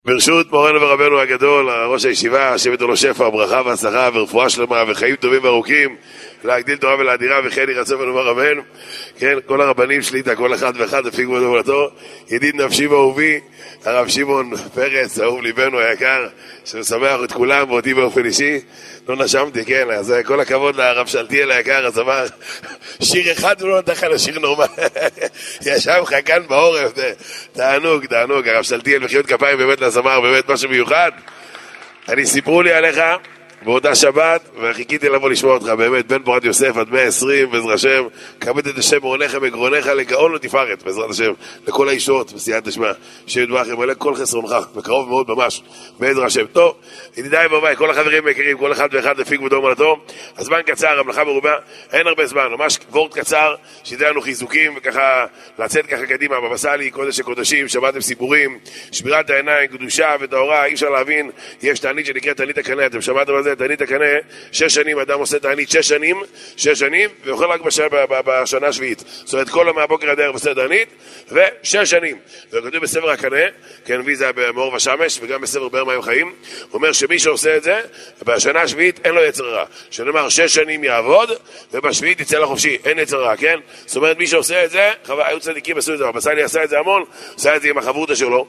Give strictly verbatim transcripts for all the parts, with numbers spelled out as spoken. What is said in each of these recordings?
ברשות מורנו ורבנו הגדול, ראש הישיבה, שבט לו שפע, ברכה והצלחה ורפואה שלמה וחיים טובים וארוכים, להגדיל תורה ולאדירה וכן יהי רצון ונאמר אמן. כן, כל הרבנים שליטה, כל אחד ואחד לפי כבוד אמונתו. ידיד נפשי ואהובי, הרב שמעון פרץ, אהוב ליבנו היקר, שמשמח את כולם ואותי באופן אישי. לא נשמתי, כן, אז כל הכבוד לרב שלטיאל היקר, אז אמר, שיר אחד ולא נתן לך לשיר נורמל. ישב לך כאן בעורף, תענוג, תענוג, הרב שלטיאל מחיאות כפיים באמת לזמר, באמת משהו מיוחד. אני סיפרו לי עליך באותה שבת, וחיכיתי לבוא לשמוע אותך, באמת, בן פורת יוסף עד מאה ועשרים, בעזרת השם, כבד את השם מעונך מגרונך לגאון ותפארת, בעזרת השם, לכל האישות, בסייעתא דשמיא, שידבח ימלא כל חסרונך, בקרוב מאוד ממש, בעזרת השם. טוב, ידידיי וביי, כל החברים מכירים, כל אחד ואחד לפי כבודו אומנותו, הזמן קצר, המלאכה מרובה, אין הרבה זמן, ממש וורט קצר, שייתן לנו חיזוקים, וככה, לצאת ככה קדימה, בבא סאלי, קודש הקודשים, שמעתם סיפורים, שמירת העיניים, קדושה וטהרה, אי אפשר להבין, יש תענית שנקראת תענית הקנה, אתם שמעתם על זה? תענית הקנה, שש שנים, אדם עושה תענית שש שנים, שש שנים, ואוכל רק בשנה, בשנה השביעית. זאת אומרת, כל מהבוקר עד הערב עושה תענית, ושש שנים. וכתוב בספר הקנה, כן, מביא זה במאור ושמש, וגם בספר באר מים חיים, הוא אומר שמי שעושה את זה, בשנה השביעית אין לו יצר רע. שנאמר, שש שנים יעבוד, ובשביעית יצא לחופשי, אין יצר רע, כן? זאת אומרת, מי שעושה את זה, היו צדיקים עשו את זה, הבא סאלי עשה את זה המון, עשה את זה עם החברותא שלו,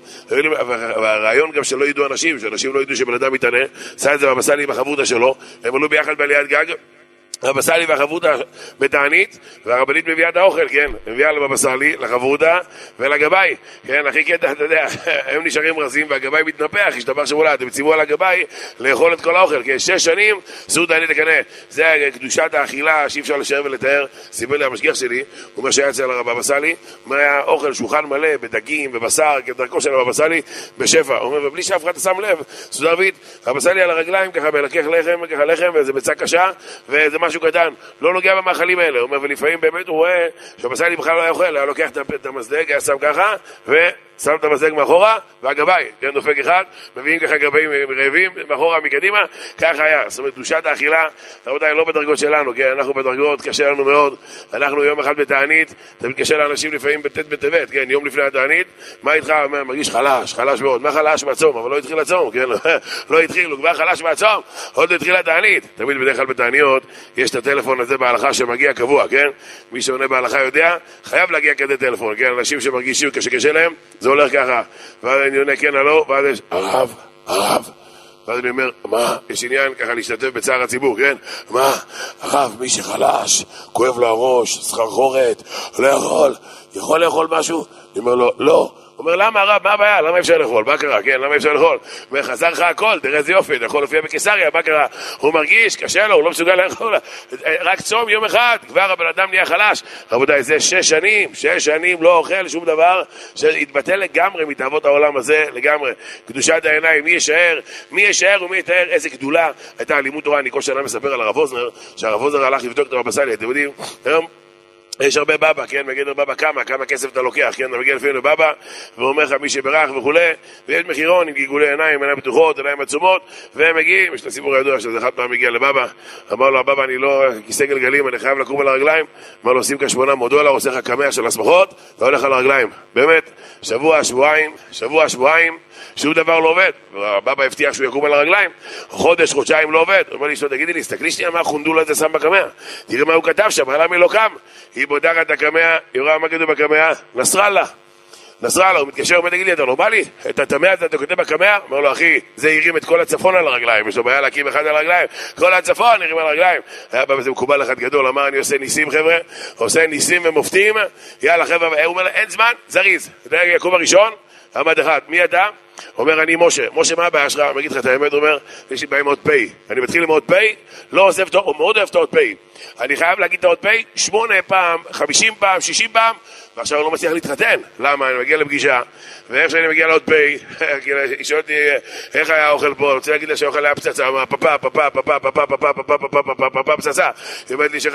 והרעיון גם שלא ידעו אנשים, שאנשים לא ידעו שבן אדם מתענה, עשה את זה הבא סאלי עם החברותא שלו, הם עלו ביחד בעליית גג, הבא סאלי והחברותא בתענית, והרבנית מביאה את האוכל, כן, מביאה לבבא סאלי, לחברותא ולגבאי, כן, הכי קטע, אתה יודע, הם נשארים רזים והגבאי מתנפח, השתבח שמולה, אתם ציוו על הגבאי לאכול את כל האוכל, כן, שש שנים, סעו תענית הקנה, זה קדושת האכילה שאי אפשר לשער ולתאר, סיפר לי המשגיח שלי, הוא אומר שהיה אצל הבבא סאלי, הוא היה אוכל שולחן מלא, בדגים, בבשר, כדרכו של הבבא סאלי, בשפע, הוא אומר, ובלי שאף אחד שם לב, סודר בית, הבבא סאלי על הרגליים, ככה מלקח לחם, ככה לחם, וזה ביצה קשה, וזה משהו קטן, לא נוגע במאכלים האלה, הוא אומר, ולפעמים באמת הוא רואה שהבבא סאלי בכלל לא יכול, היה לוקח את המזלג, היה שם ככה, ושם את המזלג מאחורה, והגבאי, כן, דופק אחד, מביאים ככה גבאים רעבים, מאחורה, מקדימה, ככה היה, זאת אומרת, קדושת האכילה, רבותיי, לא בדרגות שלנו, כן, אנחנו בדרגות, קשה לנו מאוד, אנחנו יום אחד בתענית, זה מתקשר לאנשים לפעמים בט' בטבת, כן, יום לפני התענית, מה איתך? מרגיש חלש, חלש מאוד, מה חלש מהצום? אבל לא התחיל לצום, כן, לא התחיל, הוא כבר חלש מהצום, עוד לא התחיל התענית. תמיד בדרך כלל בתעניות, יש את הטלפון הזה בהלכה שמגיע קבוע, כן? מי שעונה בהלכה יודע, חייב להגיע כזה טלפון, כן? אנשים שמרגישים קשה קשה להם, זה הולך ככה. ואז אני עונה כן, הלא, ואז יש, הרב, הרב. ואז אני אומר, מה? יש עניין ככה להשתתף בצער הציבור, כן? מה? הרב, מי שחלש, כואב לו הראש, סחרחורת, לא יכול, יכול לאכול משהו? אני אומר לו, לא. הוא אומר, למה הרב, מה הבעיה? למה אפשר לאכול? מה קרה? כן, למה אפשר לאכול? הוא אומר, חזר לך הכל, תראה איזה יופי, אתה יכול להופיע בקיסריה, מה קרה? הוא מרגיש, קשה לו, הוא לא מסוגל לאכול, רק צום יום אחד, כבר הבן אדם נהיה חלש. רבותיי, זה שש שנים, שש שנים לא אוכל שום דבר, שהתבטל לגמרי מתאבות העולם הזה, לגמרי. קדושת העיניים, מי ישאר, מי ישאר ומי יתאר איזה גדולה הייתה לימוד תורה. אני כל שנה מספר על הרב אוזנר, שהרב אוזנר הלך לבדוק את הבבא סאלי, אתם יודעים, היום יש הרבה בבא, כן, מגדר בבא כמה, כמה כסף אתה לוקח, כן, אתה מגיע לפעמים לבבא, ואומר לך מי שברך וכו', ויש מחירון עם גיגולי עיניים, עיניים פתוחות, עיניים עצומות, והם מגיעים, יש את הסיפור הידוע שזה אחד פעם מגיע לבבא, אמר לו, הבבא, אני לא כיסא גלגלים, אני חייב לקום על הרגליים, אמר לו, עושים כשמונה מאות דולר, עושה לך קמע של הסמכות, אתה הולך על הרגליים, באמת, שבוע, שבועיים, שבוע, שבועיים, שום דבר לא עובד, הבבא הבטיח שהוא יקום על הרגליים, חודש, חודשיים לא עובד, הוא אומר לי, תגידי לי, סתכלי שנייה מה חונדול הזה שם בקמע, תראה מה הוא כתב שם, למה לא קם? היא בודקת הקמע, היא רואה מה כתוב בקמע, נסראללה, נסראללה, הוא מתקשר, הוא תגיד לי, אתה נורמלי? את התמע הזה אתה כותב בקמע? אומר לו, אחי, זה הרים את כל הצפון על הרגליים, יש לו בעיה להקים אחד על הרגליים, כל הצפון הרים על הרגליים. היה בזה מקובל אחד גדול, אמר, אני עושה ניסים חבר'ה, עושה ניסים ומופתים, יאללה חבר'ה, הוא אומר, אין זמן, זריז, אתה יודע, יקום הראשון, עמד אחד, מי אתה? אומר, אני משה. משה, מה הבעיה שלך? אני אגיד לך את האמת, הוא אומר, יש לי בעיה עם עוד פי. אני מתחיל עם עוד פי, לא עוזב, הוא מאוד אוהב את עוד פי. אני חייב להגיד את עוד פי, שמונה פעם, חמישים פעם, שישים פעם, ועכשיו אני לא מצליח להתחתן. למה? אני מגיע לפגישה, ואיך שאני מגיע לעוד פי, היא שואלת לי, איך היה האוכל פה? אני רוצה להגיד לה שהאוכל היה פצצה, אמרה, פפה, פפה, פפה, פפה, פפה, פפה, פפה, פפה, פפה, פצצה. היא אומרת לי שלך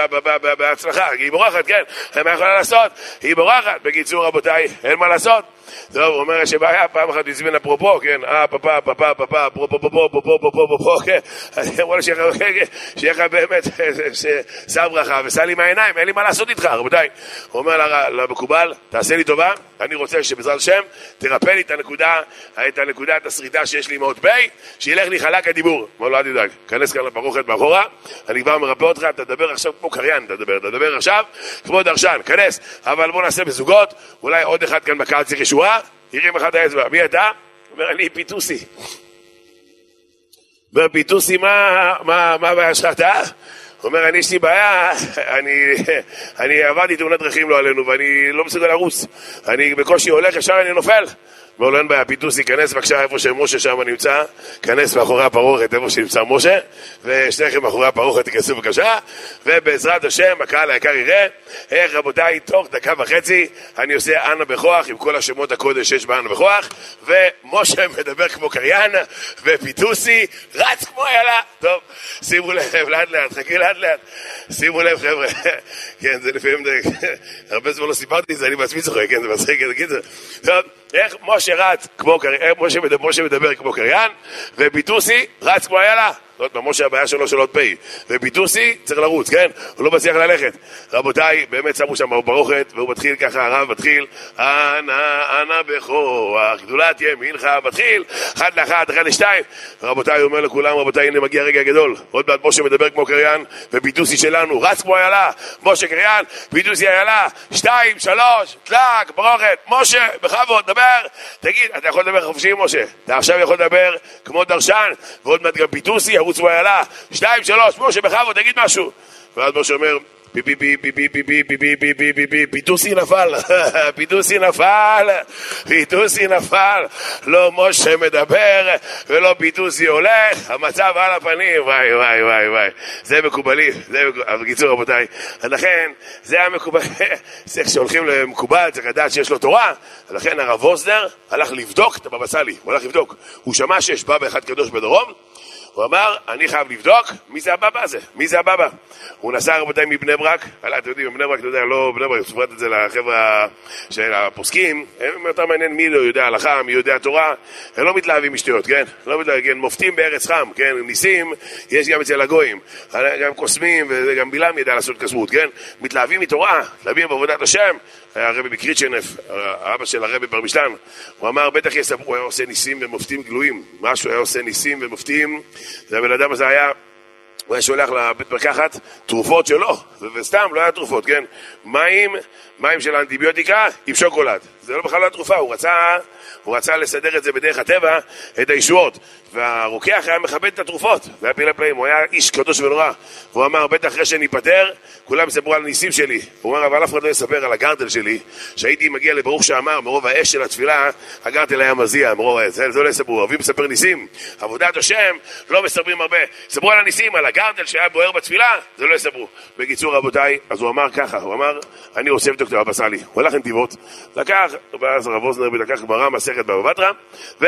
בהצלחה, היא בורחת, כן? מה יכולה לעשות? היא בורחת. בקיצור, רבותיי, אין מה לעשות. טוב, הוא אומר שבעיה, פעם אחת נזמין אפרופו, כן, אה, פפה, פפה, פפה, אפרופו, פופו, פופו, פופו, פופו, כן, אז אמרו לי שיהיה לך באמת שר ברכה וסע לי מהעיניים, אין לי מה לעשות איתך, רבותיי. הוא אומר למקובל, תעשה לי טובה, אני רוצה שבעזרת השם תרפא לי את הנקודה, את הנקודה, את השריטה שיש לי עם האות בי, שילך לי חלק הדיבור. אמר לו, אל תדאג, כנס כאן לפרוכת מאחורה, אני כבר מרפא אותך, תדבר עכשיו כמו קריין, תדבר, תדבר עכשיו כמו דרשן, כנס, אבל בוא נעשה בזוגות, אולי עוד אחד כאן בקהל צריך ישועה, ירים אחד האצבע, מי אתה? אומר, אני פיטוסי. אומר, פיטוסי, מה, מה, מה הבעיה שלך, אתה? הוא אומר, אני יש לי בעיה, אני, אני עברתי תאונת דרכים לא עלינו, ואני לא מסוגל לרוץ. אני בקושי הולך, ישר אני נופל. אומר לו, אין בעיה, פיטוסי, כנס בבקשה איפה שמשה שם נמצא, כנס מאחורי הפרוכת איפה שנמצא משה, ושניכם מאחורי הפרוכת תיכנסו בבקשה, ובעזרת השם, הקהל היקר יראה, איך רבותיי, תוך דקה וחצי, אני עושה אנה בכוח, עם כל השמות הקודש שיש באנה בכוח, ומשה מדבר כמו קריין, ופיטוסי רץ כמו איילה. טוב, שימו לב, לאט לאט, חכי לאט לאט, שימו לב חבר'ה, כן, זה לפעמים, הרבה זמן לא סיפרתי את זה, אני בעצמי צוחק, כן, זה מצחיק, זה טוב, איך משה רץ כמו קריין, איך משה מדבר, משה מדבר כמו קריין, ופיטוסי רץ כמו איילה. זאת אומרת, משה הבעיה שלו של עוד פי, ופיטוסי צריך לרוץ, כן? הוא לא מצליח ללכת. רבותיי, באמת שמו שם ברוכת, והוא מתחיל ככה, הרב מתחיל, אנה, אנה בכוח, גדולת ימינך, מתחיל, אחד לאחת, אחד לשתיים. רבותיי, הוא אומר לכולם, רבותיי, הנה מגיע רגע גדול. עוד מעט משה מדבר כמו קריין, ופיטוסי שלנו, רץ כמו איילה, משה קריין, פיטוסי איילה, שתיים, שלוש, תלק, ברוכת, משה, בכבוד, דבר. תגיד, אתה יכול לדבר חופשי, משה? אתה עכשיו יכול לדבר כמו דרשן, ועוד מעט גם פיטוסי, ערוץ ואיילה, שתיים, שלוש, משה, בכבוד, תגיד משהו. ואז משה אומר, פי פי פי פי פי פי פי פי פי פי פי פי פי פיטוסי נפל, פיטוסי נפל, פיטוסי נפל, לא משה מדבר ולא פיטוסי הולך, המצב על הפנים, וואי וואי וואי וואי, זה מקובלי, זה בקיצור רבותיי, לכן זה המקובל, זה כשהולכים למקובל צריך לדעת שיש לו תורה, לכן הרב ווסדר הלך לבדוק את הבבא סאלי, הוא הלך לבדוק, הוא שמע שיש בבא אחד קדוש בדרום, הוא אמר, אני חייב לבדוק מי זה הבבא הזה, מי זה הבבא. הוא נסע רבותיי מבני ברק, אתם יודעים, מבני ברק, אתה יודע, לא בני ברק, סופרת את זה לחבר'ה של הפוסקים, הם יותר מעניין מי לא יודע הלכה, מי יודע תורה, הם לא מתלהבים משטויות, כן? לא מתלהבים, כן? מופתים בארץ חם, כן? ניסים, יש גם אצל הגויים, גם קוסמים, וגם בילם ידע לעשות קסמות, כן? מתלהבים מתורה, מתלהבים בעבודת השם, הרבי בקריצ'נף, האבא של הרבי ברמשלן, הוא אמר, בטח יספרו, הוא היה עושה ניסים ומופתים גלויים, משהו היה עושה ניסים ומופתים, והבן אדם הזה היה, הוא היה שולח לבית מרקחת תרופות שלו, וסתם לא היה תרופות, כן? מים, מים של האנטיביוטיקה עם שוקולד, זה לא בכלל לא התרופה, הוא רצה, הוא רצה לסדר את זה בדרך הטבע, את הישועות, והרוקח היה מכבד את התרופות, זה היה פילה פלאים, הוא היה איש קדוש ונורא, והוא אמר, בטח אחרי שניפטר, כולם יספרו על הניסים שלי, הוא אמר, אבל אף אחד לא יספר על הגרדל שלי, שהייתי מגיע לברוך שאמר, מרוב האש של התפילה, הגרדל היה מזיע, מרוב האש, זה, זה לא יספרו, אוהבים לספר ניסים, עבודת השם, לא מספרים הרבה, ספרו על הניסים, על הגרדל שהיה בוער בתפילה, זה לא יספרו. בקיצור רבותיי, אז הוא אמר ככה, הוא אמר, אני רוצה לבדוק את הבבא סאלי, הוא הלך לנתיבות, לקח, ואז הרב ווסנר לקח גמרא, מסכת בבא בתרא, ו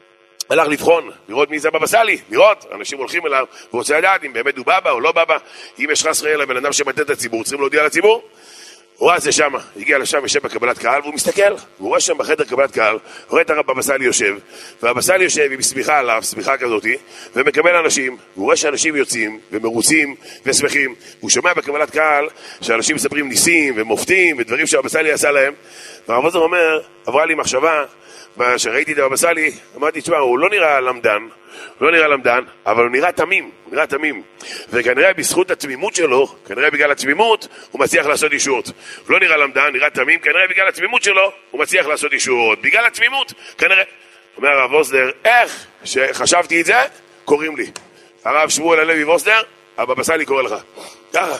הלך לבחון, לראות מי זה הבבא סאלי, לראות, אנשים הולכים אליו, הוא רוצה לדעת אם באמת הוא בבא או לא בבא, אם יש חס וחלילה לבן אדם שמטעה את הציבור, צריכים להודיע לציבור, הוא רץ לשם, הגיע לשם, יושב בקבלת קהל, והוא מסתכל, והוא רואה שם בחדר קבלת קהל, רואה את הרב בבא סאלי יושב, והבבא סאלי יושב עם סמיכה עליו, סמיכה כזאת, ומקבל אנשים, והוא רואה שאנשים יוצאים, ומרוצים, ושמחים, הוא שומע בקבלת קהל, שאנשים מספרים ניסים, ומופתים, ודברים שהבבא סאלי עשה להם, והרב ווסנר אומר, עברה לי מחשבה, כשראיתי את הבבא סאלי, אמרתי, תשמע, הוא לא נראה למדן, הוא לא נראה למדן, אבל הוא נראה תמים, הוא נראה תמים. וכנראה בזכות התמימות שלו, כנראה בגלל התמימות, הוא מצליח לעשות ישועות. הוא לא נראה למדן, נראה תמים, כנראה בגלל התמימות שלו, הוא מצליח לעשות ישועות. בגלל התמימות, כנראה... אומר הרב ווסדר, איך שחשבתי את זה, קוראים לי. הרב שמואל הלוי ווסדר, הבבא סאלי קורא לך. ככה.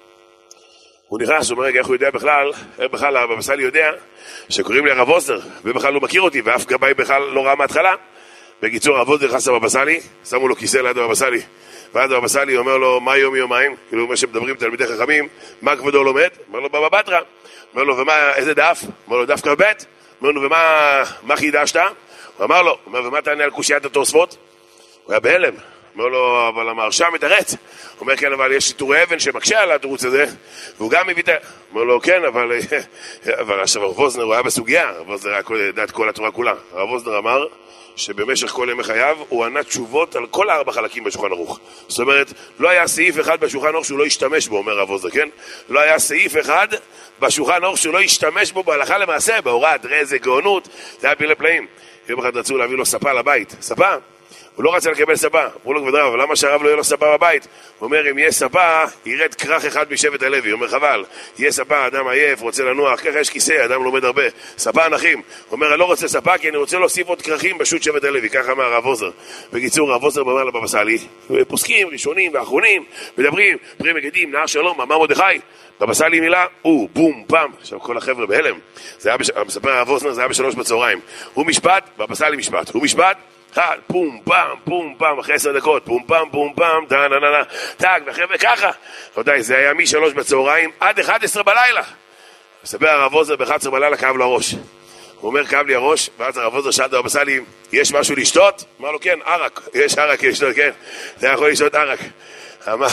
הוא נכנס, הוא אומר, רגע, איך הוא יודע בכלל, איך בכלל הבבא סאלי יודע, שקוראים לי הרב ווסדר, ובכלל לא מכיר אותי, ואף גבאי בכלל לא ראה מההתחלה. בקיצור, הרב ווסדר נכנס לבבא סאלי, שמו לו כיסא ליד הבבא סאלי, ואז הבבא סאלי אומר לו, מה יום יומיים? כאילו, מה שמדברים תלמידי חכמים, מה כבודו לומד? אומר לו, בבא בתרא. אומר לו, ומה, איזה דף? אומר לו, דף כ"ב. אומר לו, ומה, מה חידשת? הוא אמר לו, אומר, ומה תענה על קושיית התוספות? הוא היה בהלם. אומר לו, אבל המהרש"א מתרץ. הוא אומר, כן, אבל יש שיטורי אבן שמקשה על התירוץ הזה, והוא גם מביא את... אומר לו, כן, אבל... אבל עכשיו הרב ווסנר הוא היה בסוגיה, הרב ווסנר היה דעת כל התורה כולה. הרב ווסנר אמר, שבמשך כל ימי חייו הוא ענה תשובות על כל הארבע חלקים בשולחן ערוך. זאת אומרת, לא היה סעיף אחד בשולחן ערוך שהוא לא השתמש בו, אומר רב עוזר, כן? לא היה סעיף אחד בשולחן ערוך שהוא לא השתמש בו בהלכה למעשה, בהוראת רז, גאונות, זה היה פילי פלאים. יום אחד רצו להביא לו ספה לבית. ספה? הוא לא רצה לקבל ספה. אמרו לו כבוד רב, אבל למה שהרב לא יהיה לו ספה בבית? הוא אומר, אם יהיה ספה, ירד כרך אחד משבט הלוי. הוא אומר, חבל, יהיה ספה, אדם עייף, רוצה לנוח, ככה יש כיסא, אדם לומד הרבה. ספה נחים. הוא אומר, אני לא רוצה ספה, כי אני רוצה להוסיף עוד כרכים בשו"ת שבט הלוי. ככה אמר רב עוזר. בקיצור, רב עוזר אמר לבבא סאלי, פוסקים, ראשונים ואחרונים, מדברים, פרי מגדים, נהר שלום, אמר מרדכי. בבא סאלי מילה, הוא, בום, פעם. עכשיו כל החבר'ה בהלם. זה היה, מספר הרב עוזר, זה היה בשלוש בצהריים. הוא משפט, בבא סאלי משפט. הוא משפט, אחד, פום, פעם, פום, פעם, אחרי עשר דקות, פום, פעם, פום, פעם, טה, נה, נה, נה, טק, וחבר'ה ככה. רבותיי, זה היה משלוש בצהריים עד אחת עשרה בלילה. מספר הרב עוזר ב-אחת עשרה בלילה כאב לו הראש. הוא אומר, כאב לי הראש, ואז הרב עוזר שאל את בבא סאלי, יש משהו לשתות? אמר לו, כן, ערק, יש ערק לשתות, כן. אתה יכול לשתות ערק. אמר,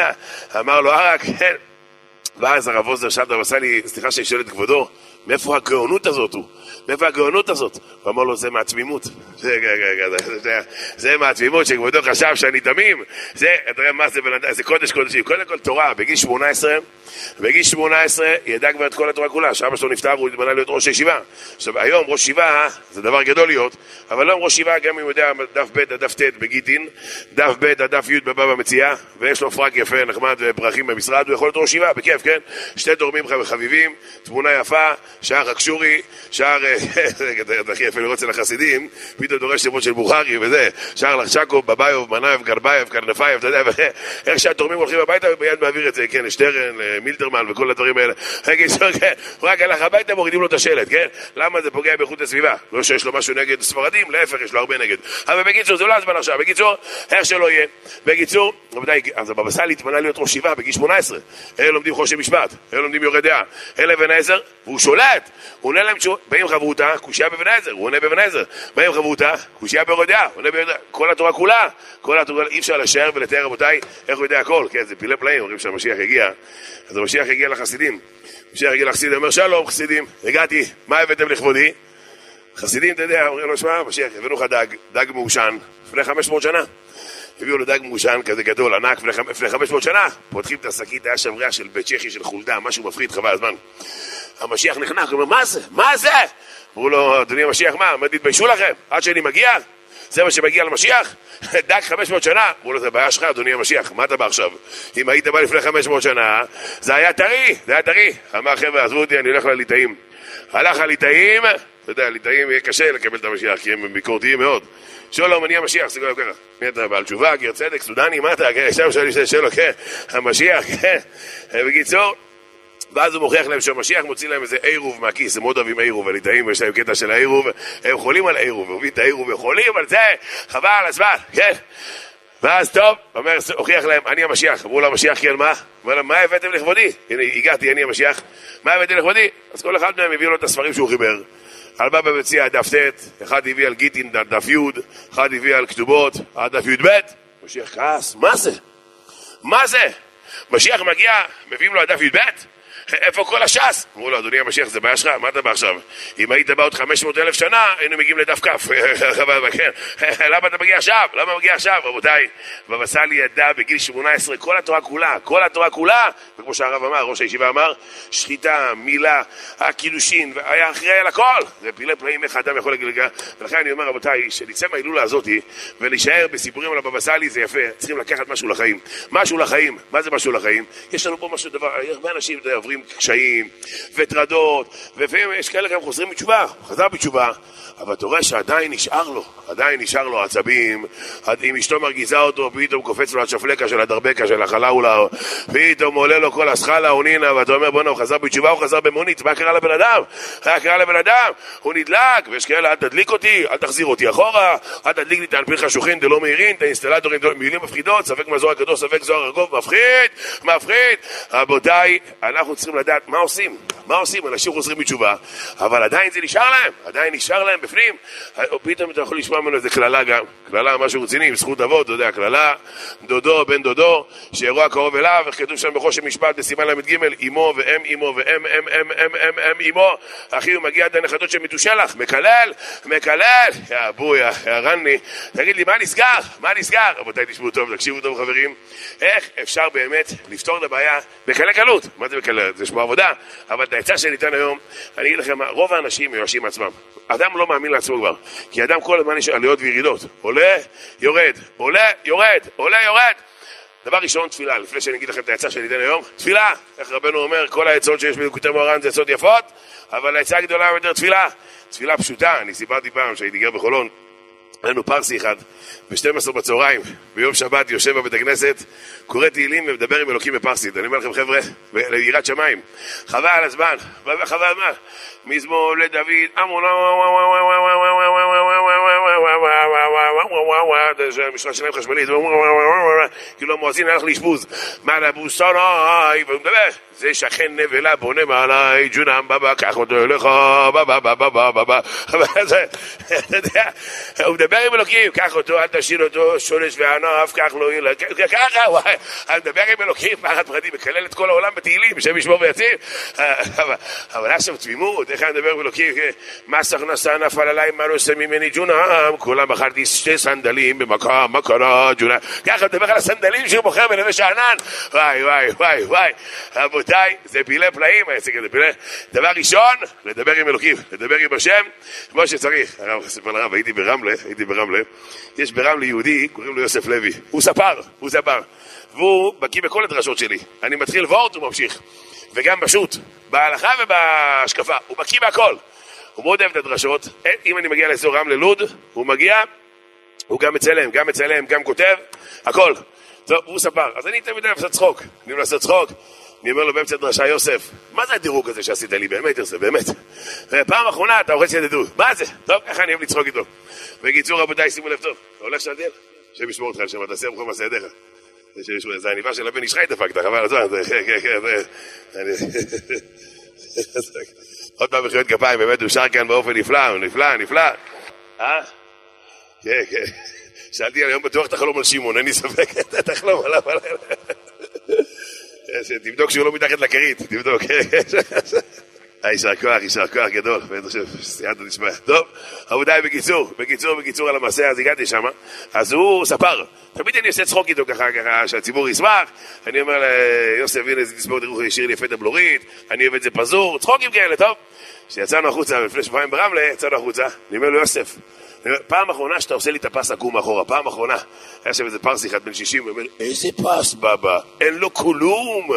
אמר לו, ערק, כן. ואז הרב עוזר שאל את בבא סאלי, סליחה שאני שואל את כבודו, מאיפה הגאונות הזאת הוא? מאיפה הגאונות הזאת? הוא אמר לו, זה מהתמימות. זה, זה, זה מהתמימות שכבודו חשב שאני תמים. זה, תראה מה זה, זה קודש קודשים. קודם כל תורה, בגיל שמונה עשרה, בגיל שמונה עשרה ידע כבר את כל התורה כולה. שאבא שלו נפטר, הוא התמנה להיות ראש ישיבה. עכשיו, היום ראש ישיבה, זה דבר גדול להיות, אבל היום ראש ישיבה, גם אם הוא יודע דף ב' עד דף ט' בגיטין, דף ב' עד דף י' בבא במציאה, ויש לו פרק יפה, נחמד ופרחים במשרד, הוא יכול להיות ראש ישיבה, בכיף, כן? שתי תורמים חביבים, תמונה יפה, שער הקשורי, שער, אתה הכי יפה לראות אצל החסידים, פתאום דורש שמות של בוכרי וזה, שער לחשקוב, בבאיוב, מנאייב, קרבאייב, קרנפאייב, אתה יודע, איך שהתורמים הולכים הביתה וביד מעביר את זה, כן, לשטרן, מילטרמן וכל הדברים האלה. הוא רק הלך הביתה מורידים לו את השלט, כן? למה זה פוגע באיכות הסביבה? לא שיש לו משהו נגד ספרדים, להפך, יש לו הרבה נגד. אבל בקיצור, זה לא הזמן עכשיו, בקיצור, איך שלא יהיה. בקיצור, אז הבבא סאלי התמנה להיות ראש ישיבה בגיל שמונה עשרה. אלה לומדים חושי משפט, אלה לומדים יורה דעה, אלה אבן עזר, והוא שולט. הוא עונה להם, באים חברותה, קושיה באבן עזר, הוא עונה באבן עזר. באים חברותה, קושיה ביורה דעה, הוא עונה ביורה דעה. כל התורה כולה, כל התורה, אי אפשר לשער ולתאר, רבותיי, איך הוא יודע הכל, כן, זה פילי פלאים, אומרים שהמשיח הגיע. אז המשיח הגיע לחסידים. המשיח הגיע לחסידים, אומר, שלום חסידים, הגעתי, מה הבאתם לכבודי? חסידים, אתה יודע, אומרים לו, שמע, המשיח, הבאנו לך דג, דג מעושן, לפני חמש מאות שנה. הביאו לו דג מעושן כזה גדול, ענק, לפני חמש מאות שנה. פותחים את השקית, היה שם ריח של בית צ'כי, של חולדה, משהו מפחיד, חבל הזמן. המשיח נחנק, הוא אומר, מה זה? מה זה? אמרו לו, אדוני המשיח, מה? מה תתביישו לכם? עד שאני מגיע? זה מה שמגיע למשיח? דג חמש מאות שנה? אמרו לו, זה בעיה שלך, אדוני המשיח, מה אתה בא עכשיו? אם היית בא לפני חמש מאות שנה, זה היה טרי, זה היה טרי. אמר, חבר'ה, עזבו אותי, אני הולך לליטאים. הלך לליטאים, אתה יודע, ליטאים יהיה קשה לקבל את המשיח, כי הם ביקורתיים מאוד. שלום, אני המשיח, זה ככה. מי אתה בעל תשובה, גר צדק, סודני, מה אתה? כן, שם שואלים שואל שלו, כן, המשיח, כן. בקיצור, ואז הוא מוכיח להם שהמשיח מוציא להם איזה עירוב מהכיס, הם מאוד אוהבים עירוב, הליטאים יש להם קטע של העירוב, הם חולים על העירוב, הם את העירוב, הם חולים על זה, חבל, אז מה, כן? ואז טוב, אומר, הוכיח להם, אני המשיח, אמרו לו המשיח, כן, מה? אומר להם, מה הבאתם לכבודי? הנה, הגעתי, אני המשיח, מה הבאתם לכבודי? אז כל אחד מהם הביאו לו את הספרים שהוא חיבר. על בבא במציאה דף ט', אחד הביא על גיטין דף י', אחד הביא על כתובות, עד דף י' ב', משיח כעס, מה זה? מה זה? משיח מגיע, מביאים לו הדף י' ב', איפה כל הש"ס? אמרו לו, אדוני המשיח, זה בעיה שלך, מה אתה בא עכשיו? אם היית בא עוד חמש מאות אלף שנה, היינו מגיעים לדף כף. למה אתה מגיע עכשיו? למה מגיע עכשיו? רבותיי, בבא סאלי ידע בגיל שמונה עשרה, כל התורה כולה, כל התורה כולה, וכמו שהרב אמר, ראש הישיבה אמר, שחיטה, מילה, הקידושין, היה אחראי על הכל. זה פילי פלאים איך האדם יכול להגיד, ולכן אני אומר, רבותיי, שנצא מההילולה הזאת, ולהישאר בסיפורים על הבבא סאלי, זה יפה. צריכים לקחת משהו לחיים. משהו לחיים. מה זה משהו לחיים? יש לנו פה משהו דבר, הרבה אנשים עוברים קשיים וטרדות, ולפעמים יש כאלה גם חוזרים בתשובה, חזר בתשובה, אבל אתה רואה שעדיין נשאר לו, עדיין נשאר לו עצבים, אם אשתו מרגיזה אותו, פתאום קופץ לו השפלקה של הדרבקה של החלאולה, פתאום עולה לו כל הסחלה, עונינה, ואתה אומר, בוא נה, הוא חזר בתשובה, הוא חזר במונית, מה קרה לבן אדם? מה קרה לבן אדם? הוא נדלק, ויש כאלה, אל תדליק אותי, אל תחזיר אותי אחורה, אל תדליק לי את האנפיר חשוכים, דלא מהירים, את האינסטלטורים, מילים מפחידות, ספק מזוהר הקדוש, ספק זוהר הרגוב, מפחיד, מפחיד. רבותיי, אנחנו צריכים צריכים לדעת מה עושים, מה עושים, אנשים חוזרים בתשובה, אבל עדיין זה נשאר להם, עדיין נשאר להם בפנים, או פתאום אתה יכול לשמוע ממנו איזה כללה גם, כללה משהו רציני, זכות אבות, אתה יודע, כללה, דודו, בן דודו, שאירוע קרוב אליו, וכתוב שם בחושן משפט בסימן למד ג' אמו ואם אמו ואם אם אם אם אם אם אמו, אחי הוא מגיע עד הנכדות שמתושלח, מקלל, מקלל, יא בויה, יא רני, תגיד לי מה נסגר, מה נסגר, רבותיי תשמעו טוב, תקשיבו טוב חברים, איך אפשר באמת לפתור את הבעיה בקלי קלות, מה זה בקלי, זה שמוע עבודה, אבל את העצה שניתן היום, אני אגיד לכם, רוב האנשים מיואשים עצמם, אדם לא מאמין לעצמו כבר, כי אדם כל הזמן יש עליות וירידות, עולה, יורד, עולה, יורד, עולה, יורד. דבר ראשון, תפילה, לפני שאני אגיד לכם את העצה שניתן היום, תפילה, איך רבנו אומר, כל העצות שיש בליקוטי מוהר"ן זה עצות יפות, אבל העצה הגדולה יותר תפילה, תפילה פשוטה, אני סיפרתי פעם שהייתי גר בחולון, היה לנו פרסי אחד, ב-שתים עשרה בצהריים, ביום שבת יושב בבית הכנסת, קורא תהילים ומדבר עם אלוקים בפרסית. אני אומר לכם חבר'ה, ליראת שמיים, חבל על הזמן, חבל על הזמן, מזמור לדוד, משרה שלהם חשמלית, כאילו המואזין הלך לאשפוז, מעלה סורי, והוא מדבר, זה שכן נבלה בונה מעלי, ג'ונם בבא, קח אותו אליך, בבא, בבא, בבא, בבא, הוא מדבר עם אלוקים, קח אותו, אל תשאיר אותו, שולש וענף, קח לו, ככה, וואי, אני מדבר עם אלוקים, פחד פחדים, מקלל את כל העולם בתהילים, שם ישמור ויציב, אבל היה שם תמימות, איך אני מדבר עם אלוקים, מס הכנסה נפל עליי, מה לא עושה ממני ג'ונם, כולם בחרתי שתי סנדלים במכה, מה קרה, ג'ונם, ככה מדבר על הסנדלים שהוא מוכר בנווה שאנן, וואי, וואי, וואי, וואי, רבותיי, זה פילי פלאים, העסק הזה, פילי, דבר ראשון, לדבר עם אלוקים, לדבר עם השם, כמו שצריך, הרב, ספר לרב, הייתי ברמלה, הייתי ברמלה, יש ברמלה יהודי, קוראים לו יוסף לוי, הוא ספר, הוא ספר, והוא בקיא בכל הדרשות שלי, אני מתחיל וורט, הוא ממשיך, וגם פשוט, בהלכה ובהשקפה, הוא בקיא בהכל, הוא מאוד אוהב את הדרשות, אם אני מגיע לאזור רמלה לוד, הוא מגיע, הוא גם מצלם, גם מצלם, גם כותב, הכל, טוב, הוא ספר, אז אני תמיד אוהב לעשות צחוק, אני אוהב לעשות צחוק, אני אומר לו באמצע דרשה, יוסף, מה זה הדירוג הזה שעשית לי? באמת, יוסף, באמת. פעם אחרונה אתה אורץ ידדו, מה זה? טוב, ככה אני אוהב לצחוק איתו. בקיצור, רבותיי, שימו לב טוב, אתה הולך שעדיין? שם ישמור אותך, שם תעשה בכל מעשה ידיך. זה הניבה של הבן ישחי דפקת, חבל הזמן, עוד פעם מחיאות כפיים, באמת הוא שר כאן באופן נפלא, נפלא, נפלא. אה? כן, כן. שאלתי על היום בטוח תחלום על שמעון, אין לי ספק, תחלום עליו עליו. תבדוק שהוא לא מתחת לכרית, תבדוק. יישר כוח, יישר כוח גדול, סייעתא דשמיא. טוב, רבותיי, בקיצור, בקיצור, בקיצור על המעשה, אז הגעתי שם, אז הוא ספר, תמיד אני עושה צחוק איתו ככה, ככה, שהציבור ישמח, אני אומר ליוסף, הנה זה תספור תראו, השאיר לי יפה בלורית, אני אוהב את זה פזור, צחוקים כאלה, טוב? כשיצאנו החוצה, לפני שבועיים ברמלה, יצאנו החוצה, אני אומר לו יוסף, פעם אחרונה שאתה עושה לי את הפס עקום מאחורה, פעם אחרונה, היה שם איזה פרסי אחד בן שישים, הוא אומר, איזה פס בבא, אין לו כלום,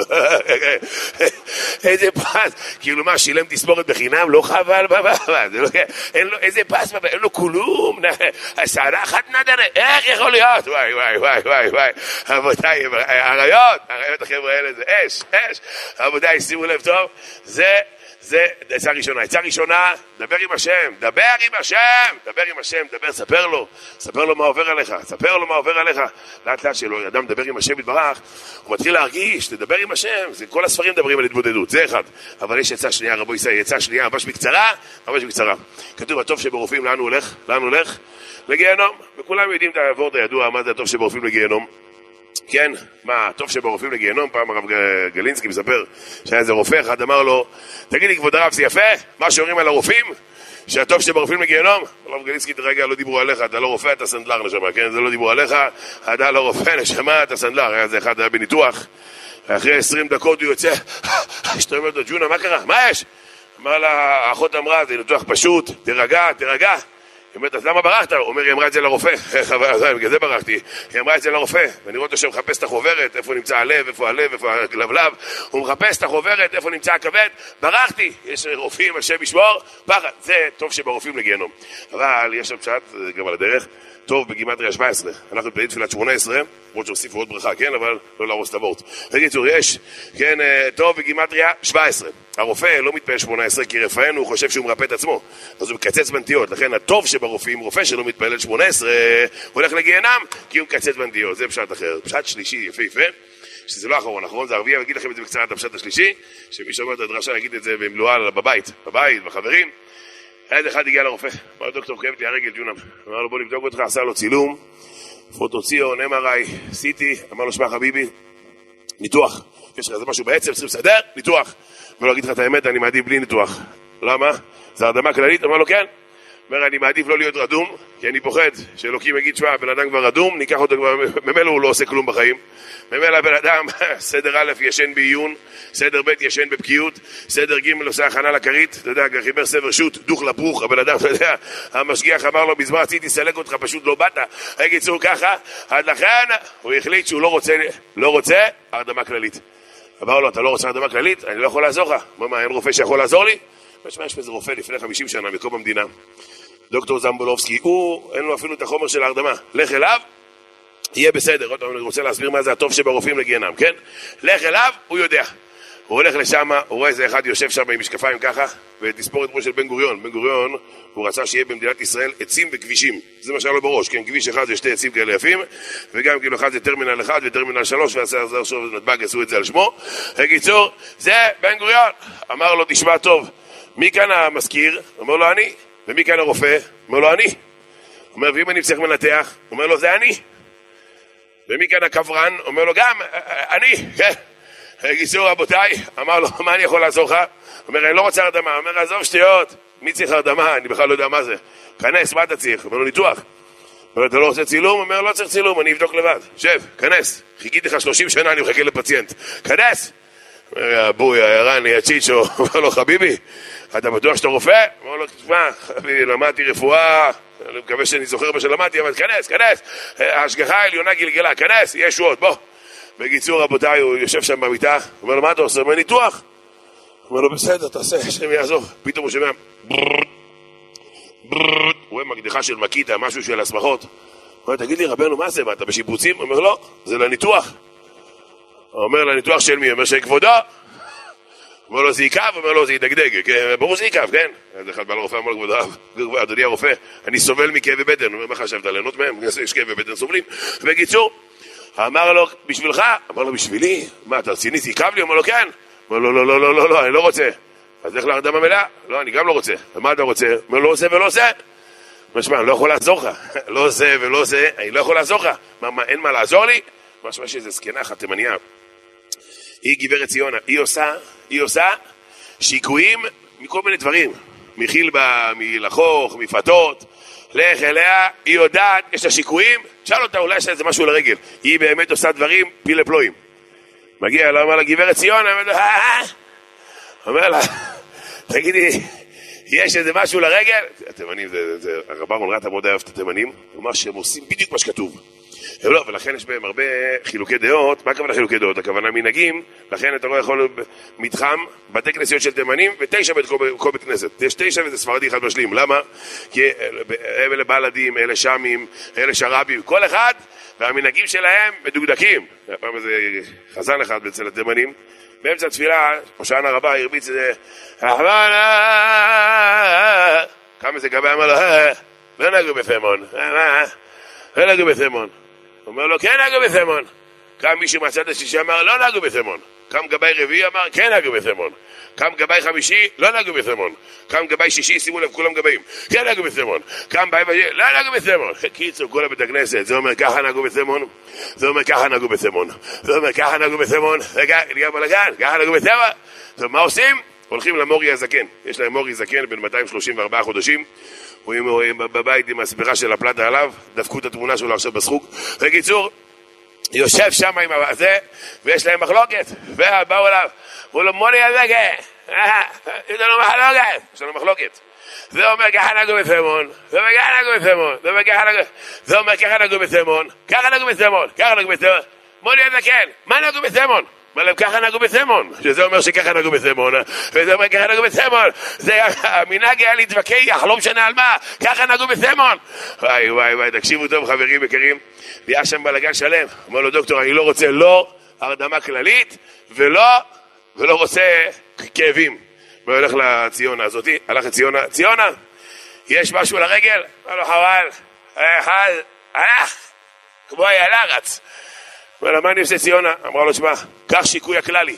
איזה פס, כאילו מה, שילם תספורת בחינם, לא חבל בבא, אין לו, איזה פס בבא, אין לו כלום, שערה אחת נדרה, איך יכול להיות, וואי וואי וואי וואי וואי, רבותיי, הרעיות, הרעיות החבר'ה האלה זה אש, אש, רבותיי, שימו לב טוב, זה, זה עצה ראשונה, עצה ראשונה, דבר עם השם, דבר עם השם, דבר עם השם, דבר, ספר לו, ספר לו מה עובר עליך, ספר לו מה עובר עליך, לאט לאט שלו, אדם מדבר עם השם יתברך, הוא מתחיל להרגיש, תדבר עם השם, זה, כל הספרים מדברים על התבודדות, זה אחד, אבל יש עצה שנייה, רבו ישראל, עצה שנייה, ממש בקצרה, ממש בקצרה, כתוב, הטוב שברופאים, לאן הוא הולך? לאן הוא הולך? לגיהנום, וכולם יודעים את העבוד הידוע, מה זה הטוב שברופאים לגיהנום, כן, מה, טוב שברופאים לגיהנום, פעם הרב גלינסקי מספר שהיה איזה רופא אחד, אמר לו, תגיד לי כבוד הרב, זה יפה? מה שאומרים על הרופאים? שהטוב שברופאים לגיהנום? הרב גלינסקי, רגע, לא דיברו עליך, אתה לא רופא, אתה סנדלר נשמה, כן? זה לא דיברו עליך, אתה לא רופא, נשמה, אתה סנדלר, היה זה אחד, היה בניתוח, אחרי עשרים דקות הוא יוצא, שאתה אומר לו, ג'ונה, מה קרה? מה יש? אמר לה, האחות אמרה, זה ניתוח פשוט, תרגע, תרגע. היא אומרת, אז למה ברחת? הוא אומר, היא אמרה את זה לרופא, בגלל זה ברחתי, היא אמרה את זה לרופא, ואני רואה אותו שמחפש את החוברת, איפה נמצא הלב, איפה הלב, איפה הלבלב, הוא מחפש את החוברת, איפה נמצא הכבד, ברחתי, יש רופאים, השם ישמור, פחד, זה טוב שברופאים לגיהנום. אבל יש שם פשט, גם על הדרך, טוב בגימטריה שבע עשרה, אנחנו מתפללים תפילת שמונה עשרה, למרות שהוסיפו עוד ברכה, כן, אבל לא להרוס את הוורט. בקיצור, יש, כן, טוב בגימטריה שבע עשרה. הרופא לא מתפלל שמונה עשרה, כי רפאנו הוא חושב שהוא מרפא את עצמו, אז הוא מקצץ בנטיות, לכן הטוב שברופאים, רופא שלא מתפלל שמונה עשרה, הולך לגיהנם, כי הוא מקצץ בנטיות, זה פשט אחר. פשט שלישי, יפה יפה, שזה לא האחרון, האחרון זה הרביעי, ואגיד לכם את זה בקצרה את הפשט השלישי, שמי שאומר את הדרשה יגיד את זה במלואה בבית, בבית, בחברים. עד אחד הגיע לרופא, אמר לו דוקטור, כאבת לי הרגל ג'ונם, אמר לו בוא נבדוק אותך, עשה לו צילום, פוטוציון, אם אר איי, סי טי, אמר לו שמע חביבי, ניתוח, יש לך איזה משהו בעצם, צריך לסדר, ניתוח. אמר לו, אגיד לך את האמת, אני מעדיף בלי ניתוח. למה? זה הרדמה כללית? אמר לו כן. אומר, אני מעדיף לא להיות רדום, כי אני פוחד שאלוקים יגיד, שווה, הבן אדם כבר רדום, ניקח אותו כבר, ממילא הוא לא עושה כלום בחיים. ממילא הבן אדם, סדר א' ישן בעיון, סדר ב' ישן בפקיעות, סדר ג' עושה הכנה לכרית, אתה יודע, חיבר סבר שוט, דוך לפוך, הבן אדם, אתה יודע, המשגיח אמר לו, בזמן רציתי לסלק אותך, פשוט לא באת, רגע יצאו ככה, עד לכן, הוא החליט שהוא לא רוצה, לא רוצה, הרדמה כללית. אמר לו, אתה לא רוצה הרדמה כללית? אני לא יכול לעזור לך. מה, אין רופא שיכול לעזור לי? משמע, יש איזה רופא לפני חמישים שנה מקום המדינה, דוקטור זמבולובסקי, הוא, אין לו אפילו את החומר של ההרדמה. לך אליו, יהיה בסדר. אני רוצה להסביר מה זה הטוב שברופאים לגיהנם, כן? לך אליו, הוא יודע. הוא הולך לשם, הוא רואה איזה אחד יושב שם עם משקפיים ככה, ותספור את כמו של בן גוריון. בן גוריון, הוא רצה שיהיה במדינת ישראל עצים וכבישים. זה מה שהיה לו בראש, כן? כביש אחד זה שתי עצים כאלה יפים, וגם כאילו אחד זה טרמינל אחד וטרמינל שלוש, ועשה זה עכשיו נתב"ג, עשו את זה על שמו. בקיצור, זה בן גוריון. אמר לו, תשמע טוב, מי כאן המזכיר? אומר לו, אני. ומי כאן הרופא? אומר לו, אני. אומר, ואם אני צריך מנתח? אומר לו, זה אני. ומי כאן הקברן? אומר לו, גם, אני, כן. גיסור רבותיי, אמר לו, מה אני יכול לעזור לך? אומר, אני לא רוצה הרדמה. אומר, עזוב שטויות, מי צריך הרדמה? אני בכלל לא יודע מה זה. כנס, מה אתה צריך? אומר לו, ניתוח. אומר, אתה לא רוצה צילום? אומר, לא צריך צילום, אני אבדוק לבד. שב, כנס. חיכיתי לך שלושים שנה, אני מחכה לפציינט. כנס. אומר, הבוי, הרני, הצ'יצ'ו. אומר לו, חביבי, אתה בטוח שאתה רופא? אומר לו, תשמע, חביבי, למדתי רפואה, אני מקווה שאני זוכר מה שלמדתי, אבל כנס, כנס. ההשגחה העליונה גלגלה, כנס, יש שועות, בוא. בקיצור, רבותיי, הוא יושב שם במיטה, אומר לו, מה אתה עושה? אומר, ניתוח. אומר לו, בסדר, תעשה, השם יעזוב. פתאום הוא שומע, הוא רואה מקדחה של מקיטה, משהו של הסמכות. אומר, תגיד לי, רבנו, מה זה? מה, אתה בשיפוצים? אומר, לא, זה לניתוח. הוא אומר, לניתוח של מי? אומר, שכבודו. אומר לו, זה יקב? אומר לו, זה ידגדג. ברור זה יקב, כן? אז אחד בא לרופא, אמר לו, כבודו, אדוני הרופא, אני סובל מכאבי בטן. הוא אומר, מה חשבת, ליהנות מהם? יש כאבי בטן סובלים. בקיצור, אמר לו, בשבילך? אמר לו, בשבילי? מה, אתה רציני, זה יקב לי? אומר לו, כן. אומר לו, לא, לא, לא, לא, לא, אני לא רוצה. אז לך להרדמה מלאה? לא, אני גם לא רוצה. ומה אתה רוצה? אומר, לא עושה ולא עושה. משמע, אני לא יכול לעזור לך. לא עושה ולא עושה, אני לא יכול לעזור לך. מה, מה, אין מה לעזור לי? משמע שזה זקנה אחת תימניה. היא גברת ציונה, היא עושה, היא עושה שיקויים מכל מיני דברים. מחילבה, מלחוך, מפתות. לך אליה, היא יודעת, יש לה שיקויים, שאל אותה, אולי יש לה איזה משהו לרגל. היא באמת עושה דברים פילה פלואים. מגיע לה, אומר לה, גברת ציונה, אומר לה, אומר לה, תגידי, יש איזה משהו לרגל? התימנים, הרב אהרון רטה מאוד אהב את התימנים, הוא אומר שהם עושים בדיוק מה שכתוב. לא, ולכן יש בהם הרבה חילוקי דעות. מה הכוונה חילוקי דעות? הכוונה מנהגים, לכן אתה לא יכול מתחם, בתי כנסיות של תימנים, ותשע בכל בית כנסת. יש תשע וזה ספרדי אחד משלים. למה? כי אלה בלדים, אלה שמים, אלה שרבים, כל אחד, והמנהגים שלהם מדוקדקים. פעם איזה חזן אחד אצל התימנים, באמצע התפילה, הושענא רבה, הרביץ את זה, כמה זה גבי, אמר לו, לא נגעו בפמון, לא נגעו בפמון. אומר לו, כן נגעו בתימון. קם מישהו מהצד השישי אמר, לא נגעו בתימון. קם גבי רביעי אמר, כן נגעו בתימון. קם גבי חמישי, לא נגעו בתימון. קם גבי שישי, שימו לב, כולם גביים, כן נגעו בתימון. קם בי בי, לא נגעו בתימון. קיצור, כל הבית הכנסת, זה אומר ככה נגעו בתימון, זה אומר ככה נגעו בתימון, זה אומר ככה נגעו בתימון, רגע, נגע בלגן, ככה נגעו בתימון. טוב, מה עושים? הולכים למורי הזקן. יש להם מורי זקן בין מאתיים שלושים וארבעה חודשים. רואים בבית עם הספירה של הפלטה עליו, דפקו את התמונה שלו עכשיו בסחוג. בקיצור, יושב שם עם הזה, ויש להם מחלוקת, ובאו אליו, הוא לא מולי הזקן, יש לנו מחלוקת, יש לנו מחלוקת. זה אומר ככה נגעו בתימון, זה אומר ככה נגעו בתימון, זה אומר ככה נגעו בתימון, ככה נגעו בתימון, ככה נגעו בתימון, מולי הזקן, מה נגעו בתימון? מה להם ככה נגעו בתימון, שזה אומר שככה נגעו בתימון, וזה אומר ככה נגעו בתימון, זה המנהג היה להתווכח, לא משנה על מה, ככה נגעו בתימון. וואי וואי וואי, תקשיבו טוב חברים יקרים, היה שם בלגן שלם, אומר לו דוקטור, אני לא רוצה לא הרדמה כללית, ולא, ולא רוצה כאבים. והולך לציונה הזאת, הלך לציונה, ציונה, יש משהו לרגל? אמר לו חבל, אחד, הלך, כמו היה רץ. אומר לה, מה אני עושה ציונה? אמרה לו, שמע, קח שיקוי הכללי.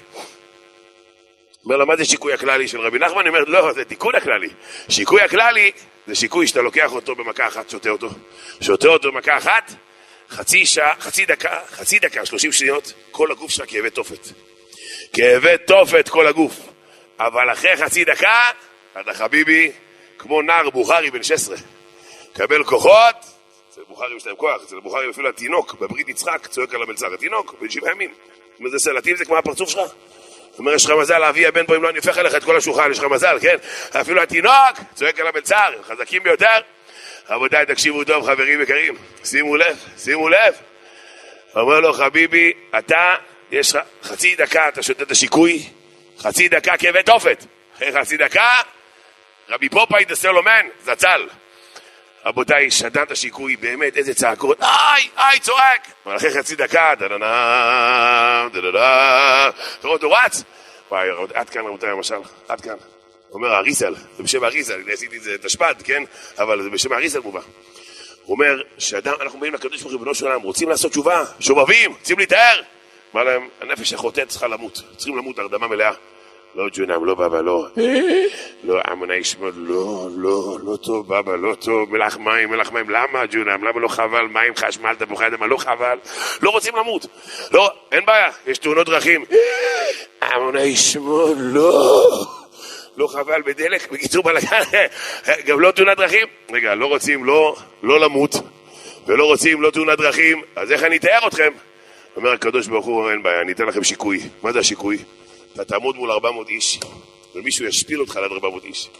אומר לה, מה זה שיקוי הכללי של רבי נחמן? אני אומר, לא, זה תיקון הכללי. שיקוי הכללי זה שיקוי שאתה לוקח אותו במכה אחת, שותה אותו. שותה אותו במכה אחת, חצי שעה, חצי דקה, חצי דקה, שלושים שניות, כל הגוף שלך כאבי תופת. כאבי תופת כל הגוף. אבל אחרי חצי דקה, אתה חביבי, כמו נער בוכרי בן שש עשרה. קבל כוחות, אצל בוכרים יש להם כוח, אצל בוכרים אפילו התינוק, בברית יצחק, צועק על המלצר, התינוק, בן שבעה ימים. זאת אומרת, זה סלטים, זה כמו הפרצוף שלך. זאת אומרת, יש לך מזל, אבי הבן פה, אם לא אני הופך אליך את כל השולחן, יש לך מזל, כן? אפילו התינוק, צועק על המלצר, חזקים ביותר. רבותיי, תקשיבו טוב, חברים יקרים, שימו לב, שימו לב. אומר לו, חביבי, אתה, יש לך חצי דקה, אתה שותה את השיקוי, חצי דקה כאבי תופת. אחרי חצי דקה, רבי פופאי דה סלומן, זצ"ל. רבותיי, שתה את השיקוי, באמת, איזה צעקות, איי, איי, צועק. אבל אחרי חצי דקה, דדדדם, דדדם, תראו אותו רץ. וואי, עד כאן רבותיי, למשל, עד כאן. אומר האריזל, זה בשם האריזל, אני עשיתי את זה תשפ"ד, כן? אבל זה בשם האריזל מובא. הוא אומר, שאדם, אנחנו באים לקדוש ברוך הוא ריבונו של עולם, רוצים לעשות תשובה, שובבים, רוצים להתאר. אמר להם, הנפש החוטאת צריכה למות, צריכים למות הרדמה מלאה. לא ג'ונם, לא בבא, לא. לא, עמונה ישמוד, לא, לא, לא טוב, בבא, לא טוב, מלח מים, מלח מים, למה ג'ונם? למה לא חבל? מים, חשמל, תפוחי אדמה, לא חבל? לא רוצים למות. לא, אין בעיה, יש תאונות דרכים. עמונה ישמוד, לא. לא חבל בדלק, בקיצור בלגן, גם לא תאונת דרכים. רגע, לא רוצים לא, לא למות, ולא רוצים לא תאונת דרכים, אז איך אני אתאר אתכם? אומר הקדוש ברוך הוא, אין בעיה, אני אתן לכם שיקוי. מה זה השיקוי? אתה תעמוד מול ארבע מאות איש, ומישהו ישפיל אותך ליד ארבע מאות איש.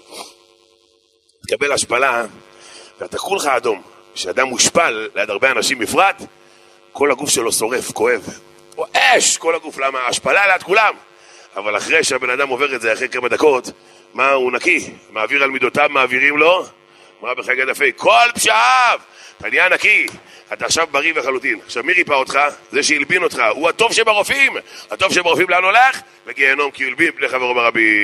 תקבל השפלה, ואתה כולך אדום. כשאדם מושפל ליד הרבה אנשים בפרט, כל הגוף שלו שורף, כואב. או אש, כל הגוף, למה? השפלה ליד כולם. אבל אחרי שהבן אדם עובר את זה, אחרי כמה דקות, מה הוא נקי? מעביר על מידותיו, מעבירים לו, אמרה בחג הדפי, כל פשעיו, אתה נהיה נקי, אתה עכשיו בריא וחלוטין. עכשיו מי ריפא אותך? זה שהלבין אותך, הוא הטוב שברופאים. הטוב שברופאים לאן הולך? לגיהנום, כי הלבין פני חברו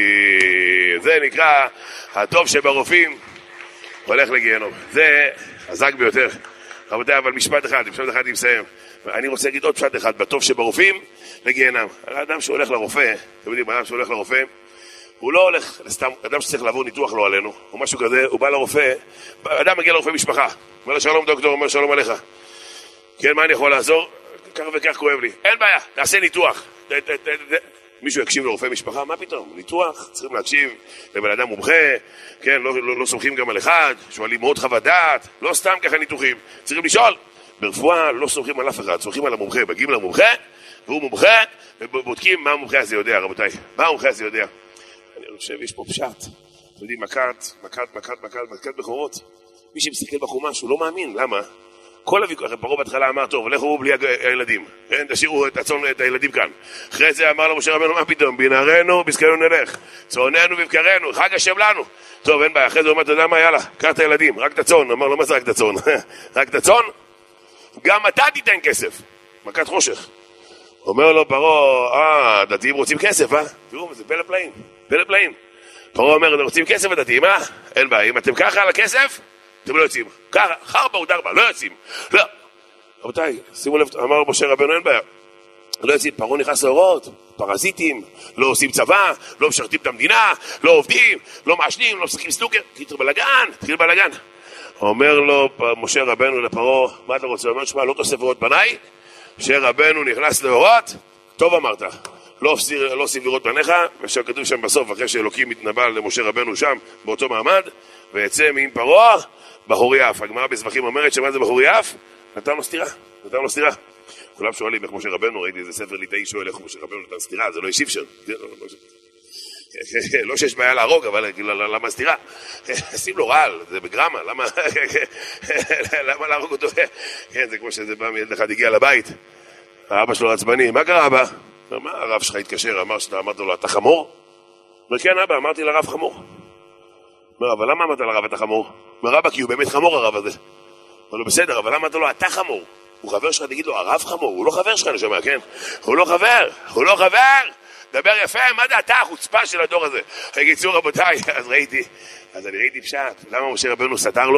ברבים. זה נקרא הטוב שברופאים הולך לגיהנום. זה חזק ביותר. רבותיי, אבל משפט אחד, משפט אחד אני מסיים. אני רוצה להגיד עוד משפט אחד, בטוב שברופאים לגיהנם. האדם שהולך לרופא, אתם יודעים, האדם שהולך לרופא, הוא לא הולך, סתם, אדם שצריך לעבור ניתוח לא עלינו, או משהו כזה, הוא בא לרופא, אדם מגיע לרופא משפחה, אומר לו שלום דוקטור, אומר שלום עליך. כן, מה אני יכול לעזור? כך וכך כואב לי. אין בעיה, תעשה ניתוח. מישהו יקשיב לרופא משפחה, מה פתאום? ניתוח, צריכים להקשיב לבן אדם מומחה, כן, לא, לא, לא סומכים גם על אחד, שואלים מאוד חוות דעת, לא סתם ככה ניתוחים, צריכים לשאול. ברפואה לא סומכים על אף אחד, סומכים על המומחה, מגיעים למומחה, והוא מומחה, ובודקים מה המומחה הזה יודע, רבותיי. מה המומחה הזה יודע? אני חושב, יש פה פשט. אתם יודעים, מכת, מכת, מכת, מכת, מכת בכורות. מי שמסתכל בחומש, הוא לא מאמין. למה? כל הוויכוח, פרעה בהתחלה אמר, טוב, לכו בלי הילדים. כן, תשאירו את הצאן, את הילדים כאן. אחרי זה אמר למשה רבנו, מה פתאום? בנערנו, בזקנו נלך. צאננו ובקרנו, חג השם לנו. טוב, אין בעיה. אחרי זה הוא אומר, אתה יודע מה, יאללה, קח את הילדים, רק את הצאן. אמר לו, מה זה רק את הצאן? רק את הצאן? גם אתה תיתן כסף. מכת חושך. אומר לו פרעה, אה, דתיים רוצים כסף, אה? תראו, זה פלא פלאים, פלא פלאים. פרעה אומר, אתם רוצים כסף הדתיים, אה? אין בעיה, אם אתם ככה על הכסף, אתם לא יוצאים. ככה, חרבה ודרבה, לא יוצאים. לא. רבותיי, שימו לב, אמר משה רבנו, אין בעיה. לא יוצאים, פרעה נכנס להוראות, פרזיטים, לא עושים צבא, לא משרתים את המדינה, לא עובדים, לא מעשנים, לא משחקים סנוקר, תתחיל בלגן, תתחיל בלגן. אומר לו משה רבנו לפרעה, מה אתה רוצה? אומר, שמה, לא תוסף לראות פניי? משה רבנו נכנס להורות, טוב אמרת, לא עושים לראות פניך, ושכתוב שם בסוף, אחרי שאלוקים מתנבא למשה רבנו שם, באותו מעמד, ויצא מעם פרעה, בחורי אף. הגמרא בזבחים אומרת שמה זה בחורי אף? נתן לו סתירה, נתן לו סתירה. כולם שואלים איך משה רבנו, ראיתי איזה ספר ליטאי שואל איך משה רבנו נתן סתירה, זה לא ישיב שם. לא שיש בעיה להרוג, אבל למה סתירה? שים לו רעל, זה בגרמה, למה למה להרוג אותו? כן, זה כמו שזה בא מילד אחד הגיע לבית, האבא שלו עצבני, מה קרה אבא? מה הרב שלך התקשר, אמר שאתה אמרת לו, אתה חמור? אומר, כן אבא, אמרתי לרב חמור. אומר, אבל למה אמרת לרב אתה חמור? אומר, אבא, כי הוא באמת חמור הרב הזה. אומר לו, בסדר, אבל למה אמרת לו, אתה חמור? הוא חבר שלך, תגיד לו, הרב חמור, הוא לא חבר שלך, אני שומע, כן? הוא לא חבר, הוא לא חבר! דבר יפה, מה זה אתה החוצפה של הדור הזה? בקיצור רבותיי, אז ראיתי, אז אני ראיתי פשט, למה משה רבנו סתר לו?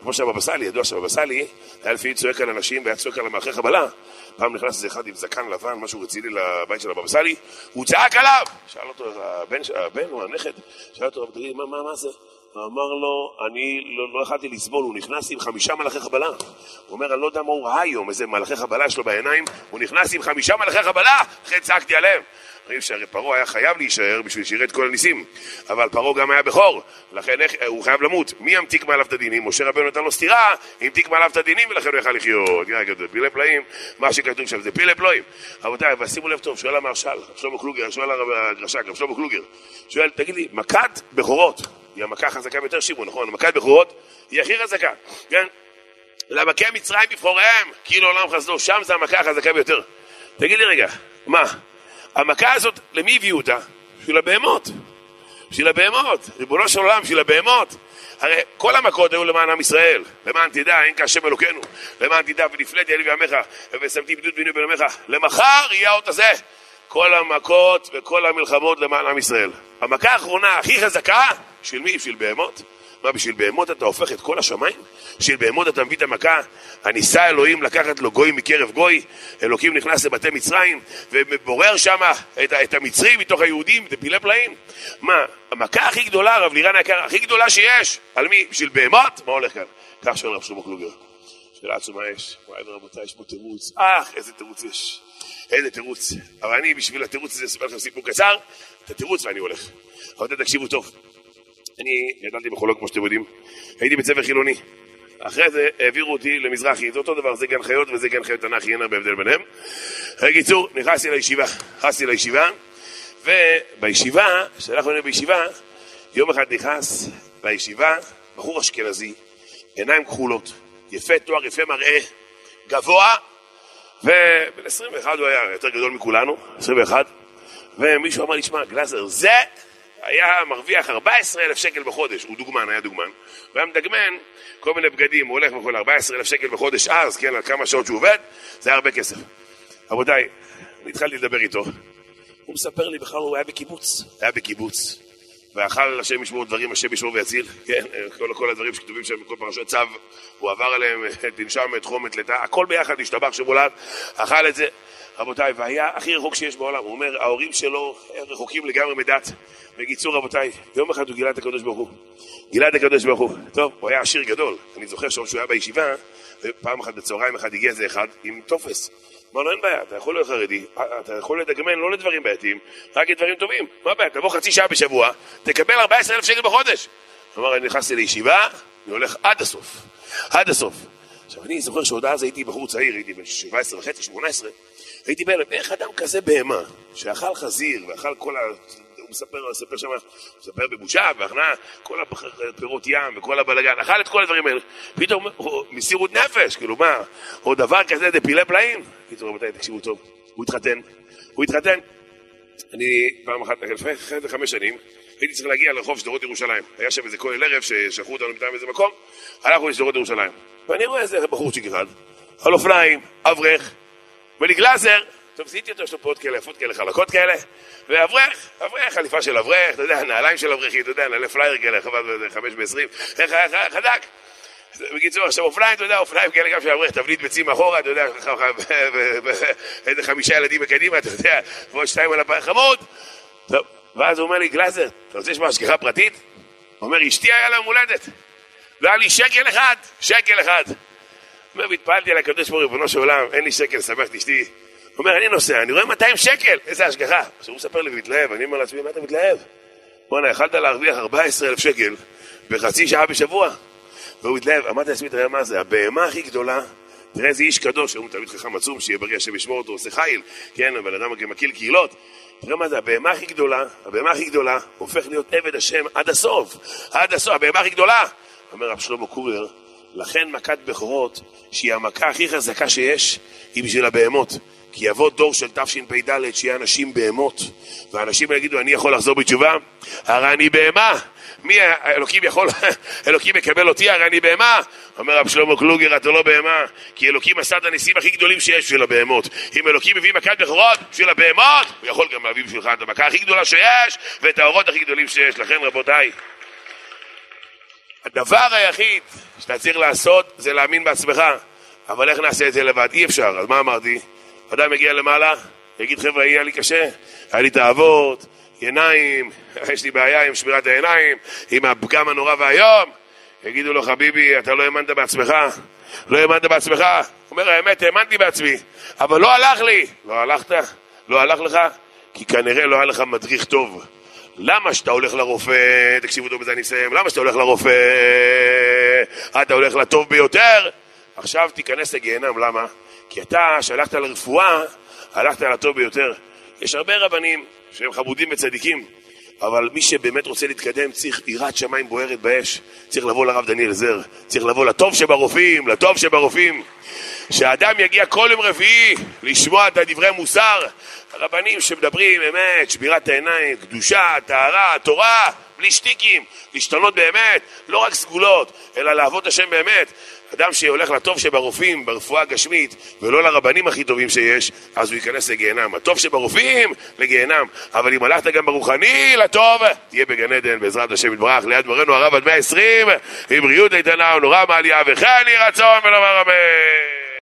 כמו שהבבא סאלי, ידוע שהבבא סאלי היה לפי צועק על אנשים והיה צועק על המאחרי חבלה. פעם נכנס איזה אחד עם זקן לבן, משהו רציני לבית של הבבא סאלי, הוא צעק עליו! שאל אותו, הבן, הבן או הנכד, שאל אותו, תגיד, מה, מה, מה זה? הוא אמר לו, אני לא, לא יכולתי לסבול, הוא נכנס עם חמישה מלאכי חבלה. הוא אומר, אני לא יודע מה הוא ראה היום, איזה מלאכי חבלה יש לו בעיניים, הוא נכנס עם חמישה מלאכי חבלה, אחרי צעקתי עליהם. רואים שהרי פרעה היה חייב להישאר בשביל שיראה את כל הניסים, אבל פרעה גם היה בכור, לכן הוא חייב למות. מי ימתיק מעליו את הדינים? משה רבנו נתן לו סתירה, ימתיק מעליו את הדינים ולכן הוא יכל לחיות. פילי פלאים, מה שכתוב שם זה פילי פלאים. רבותיי, ושימו לב טוב, שואל המהרש"ל, שלמה קלוגר, שואל הגרש"ק, שלמה קלוגר, שואל, תגיד לי, מכת בכורות היא המכה החזקה ביותר, שימו, נכון? מכת בכורות היא הכי חזקה, כן? למכי מצרים בבחוריהם, כאילו עולם חסדו, שם זה המכה החזקה ביותר. תגיד לי רגע, מה? המכה הזאת, למי הביאו אותה? בשביל הבהמות. בשביל הבהמות. ריבונו של עולם, בשביל הבהמות. הרי כל המכות היו למען עם ישראל. למען תדע, אין כהשם אלוקינו. למען תדע, ונפלאתי אלי ועמך, ושמתי בדיוק ביני ובין עמך. למחר יהיה האות הזה. כל המכות וכל המלחמות למען עם ישראל. המכה האחרונה הכי חזקה, בשביל מי? בשביל בהמות. מה, בשביל בהמות אתה הופך את כל השמיים? בשביל בהמות אתה מביא את המכה? הניסה אלוהים לקחת לו גוי מקרב גוי, אלוקים נכנס לבתי מצרים ובורר שם את, את המצרים מתוך היהודים, זה פילי פלאים. מה, המכה הכי גדולה, רב לירן היקר, הכי גדולה שיש, על מי? בשביל בהמות? מה הולך כאן? כך שואל רב שלמה קלוגר. שאלה עצומה יש, וואי ורבותיי, יש פה תירוץ. אך, איזה תירוץ יש. איזה תירוץ. אבל אני בשביל התירוץ הזה אספר לכם סיפור קצר, את התירוץ ואני הולך. אבל תקשיבו טוב. אני גדלתי בחולון, כמו שאתם יודעים, הייתי בית ספר חילוני. אחרי זה העבירו אותי למזרחי, זה אותו דבר, זה גן חיות וזה גן חיות תנ"ך, אין הרבה הבדל ביניהם. בקיצור, נכנסתי לישיבה, נכנסתי לישיבה, ובישיבה, שאנחנו היינו בישיבה, יום אחד נכנס לישיבה, בחור אשכנזי, עיניים כחולות, יפה תואר, יפה מראה, גבוה, ובן עשרים ואחת הוא היה יותר גדול מכולנו, עשרים ואחת, ומישהו אמר לי, שמע, גלזר, זה היה מרוויח ארבעה עשר אלף שקל בחודש, הוא דוגמן, היה דוגמן, והיה מדגמן כל מיני בגדים, הוא הולך בכל ארבעה עשר אלף שקל בחודש אז, כן, על כמה שעות שהוא עובד, זה היה הרבה כסף. רבותיי, אני התחלתי לדבר איתו, הוא מספר לי בכלל, הוא היה בקיבוץ, היה בקיבוץ, ואכל השם ישמור דברים, השם ישמור ויציל, כן, כל, כל הדברים שכתובים שם, כל פרשות צו, הוא עבר עליהם, תנשם, את חום, את לטה, הכל ביחד, השתבח שמולד, אכל את זה, רבותיי, והיה הכי רחוק שיש בעולם, הוא אומר, ההורים שלו רחוקים לגמרי מדת, בקיצור רבותיי, יום אחד הוא גילה את הקדוש ברוך הוא, גילה את הקדוש ברוך הוא, טוב, הוא היה עשיר גדול, אני זוכר שהוא היה בישיבה, ופעם אחת בצהריים אחד הגיע איזה אחד עם טופס, אמר לו, אין בעיה, אתה יכול להיות חרדי, אתה יכול לדגמן לא לדברים בעייתיים, רק לדברים טובים, מה בעיה, תבוא חצי שעה בשבוע, תקבל ארבעה עשר אלף שקל בחודש. אמר, אני נכנסתי לישיבה, אני הולך עד הסוף, עד הסוף. עכשיו, אני זוכר שעוד אז הייתי בחור צעיר, הייתי בן שבע עשרה וחצי, שמונה עשרה, הייתי בהלם, איך אדם כזה בהמה, שאכל חזיר ואכל כל ה... הוא מספר, הוא מספר שם, הוא מספר בבושה, והכנה, כל הפירות ים וכל הבלגן, אכל את כל הדברים האלה. פתאום, מסירות נפש, כאילו מה, או דבר כזה, זה פילי פלאים. פתאום, רבותיי, תקשיבו טוב, הוא התחתן, הוא התחתן. אני, פעם אחת, לפני חמש שנים, הייתי צריך להגיע לרחוב שדרות ירושלים. היה שם איזה כולל ערב ששלחו אותנו מטעם איזה מקום, הלכנו לשדרות ירושלים. ואני רואה איזה בחורצ'יק אחד, על אופניים, אברך, ולי גלזר, טוב, עשיתי אותו, יש לו פה עוד כאלה, יפות כאלה, חלקות כאלה, ואברך, אברך, חליפה של אברך, אתה יודע, נעליים של אברכים, אתה יודע, נעלי פלייר כאלה, חבל חמש בעשרים, חדק. בקיצור, עכשיו אופניים, אתה יודע, אופניים כאלה גם של אברך, תבנית ביצים אחורה, אתה יודע, איזה חמישה ילדים בקדימה, אתה יודע, ועוד שתיים על הפעם, חמוד. טוב, ואז הוא אומר לי, גלזר, אתה רוצה לשמוע השגחה פרטית? הוא אומר, אשתי היה לה מולדת, לא היה לי שקל אחד, שקל אחד. הוא אומר, והתפעלתי על הקדוש ברוך הוא, ריבונו של עולם, אין לי שקל, שמח אשתי. הוא אומר, אני נוסע, אני רואה מאתיים שקל, איזה השגחה. עכשיו הוא מספר לי ומתלהב, אני אומר לעצמי, מה אתה מתלהב? בוא'נה, יכלת להרוויח ארבעה עשר אלף שקל בחצי שעה בשבוע. והוא מתלהב, אמרתי לעצמי, תראה מה זה, הבהמה הכי גדולה, תראה איזה איש קדוש, הוא תלמיד חכם עצום, שיהיה בריא השם ישמור אותו, עושה חיל, כן, אבל אדם מקיל קהילות. תראה מה זה, הבהמה הכי גדולה, הבהמה הכי גדולה, הופך להיות עבד השם עד הסוף, עד הסוף, הבהמה הכי גדולה. אומר רב שלמה קלוגר, לכן מכת בכורות, שהיא המכה הכי חזקה שיש, היא בשביל הבהמות. כי יבוא דור של תשפ"ד שיהיה אנשים בהמות, והאנשים יגידו, אני יכול לחזור בתשובה? הרי אני בהמה. מי אלוקים יכול, אלוקים יקבל אותי, הרי אני בהמה. אומר רב שלמה קלוגר, אתה לא בהמה, כי אלוקים עשה את הניסים הכי גדולים שיש בשביל הבהמות. אם אלוקים מביא מכת בכורות בשביל הבהמות, הוא יכול גם להביא בשבילך את המכה הכי גדולה שיש, ואת האורות הכי גדולים שיש. לכן רבותיי, הדבר היחיד שאתה צריך לעשות זה להאמין בעצמך, אבל איך נעשה את זה לבד? אי אפשר. אז מה אמרתי? אדם מגיע למעלה, יגיד חבר'ה, יהיה לי קשה, היה לי תאוות, עיניים, יש לי בעיה עם שמירת העיניים, עם הפגם הנורא והיום. יגידו לו, חביבי, אתה לא האמנת בעצמך, לא האמנת בעצמך. הוא אומר, האמת, האמנתי בעצמי, אבל לא הלך לי. לא הלכת? לא הלך לך? כי כנראה לא היה לך מדריך טוב. למה שאתה הולך לרופא, תקשיבו טוב בזה אני אסיים, למה שאתה הולך לרופא, אתה הולך לטוב ביותר, עכשיו תיכנס לגיהנם. למה? כי אתה שהלכת לרפואה, הלכת לטוב ביותר. יש הרבה רבנים שהם חמודים וצדיקים, אבל מי שבאמת רוצה להתקדם צריך יראת שמיים בוערת באש, צריך לבוא לרב דניאל זר, צריך לבוא לטוב שברופאים, לטוב שברופאים. שהאדם יגיע כל יום רביעי לשמוע את הדברי מוסר, הרבנים שמדברים אמת, שמירת העיניים, קדושה, טהרה, תורה, בלי שטיקים, להשתנות באמת, לא רק סגולות, אלא לעבוד השם באמת. אדם שהולך לטוב שברופאים, ברפואה הגשמית, ולא לרבנים הכי טובים שיש, אז הוא ייכנס לגיהנם. הטוב שברופאים, לגיהנם. אבל אם הלכת גם ברוחני, לטוב, תהיה בגן עדן, בעזרת השם יתברך, ליד מורנו הרב עד מאה ועשרים, עם בריאות איתנה ונורא מעלייה, וכן יהי רצון ונאמר אמן.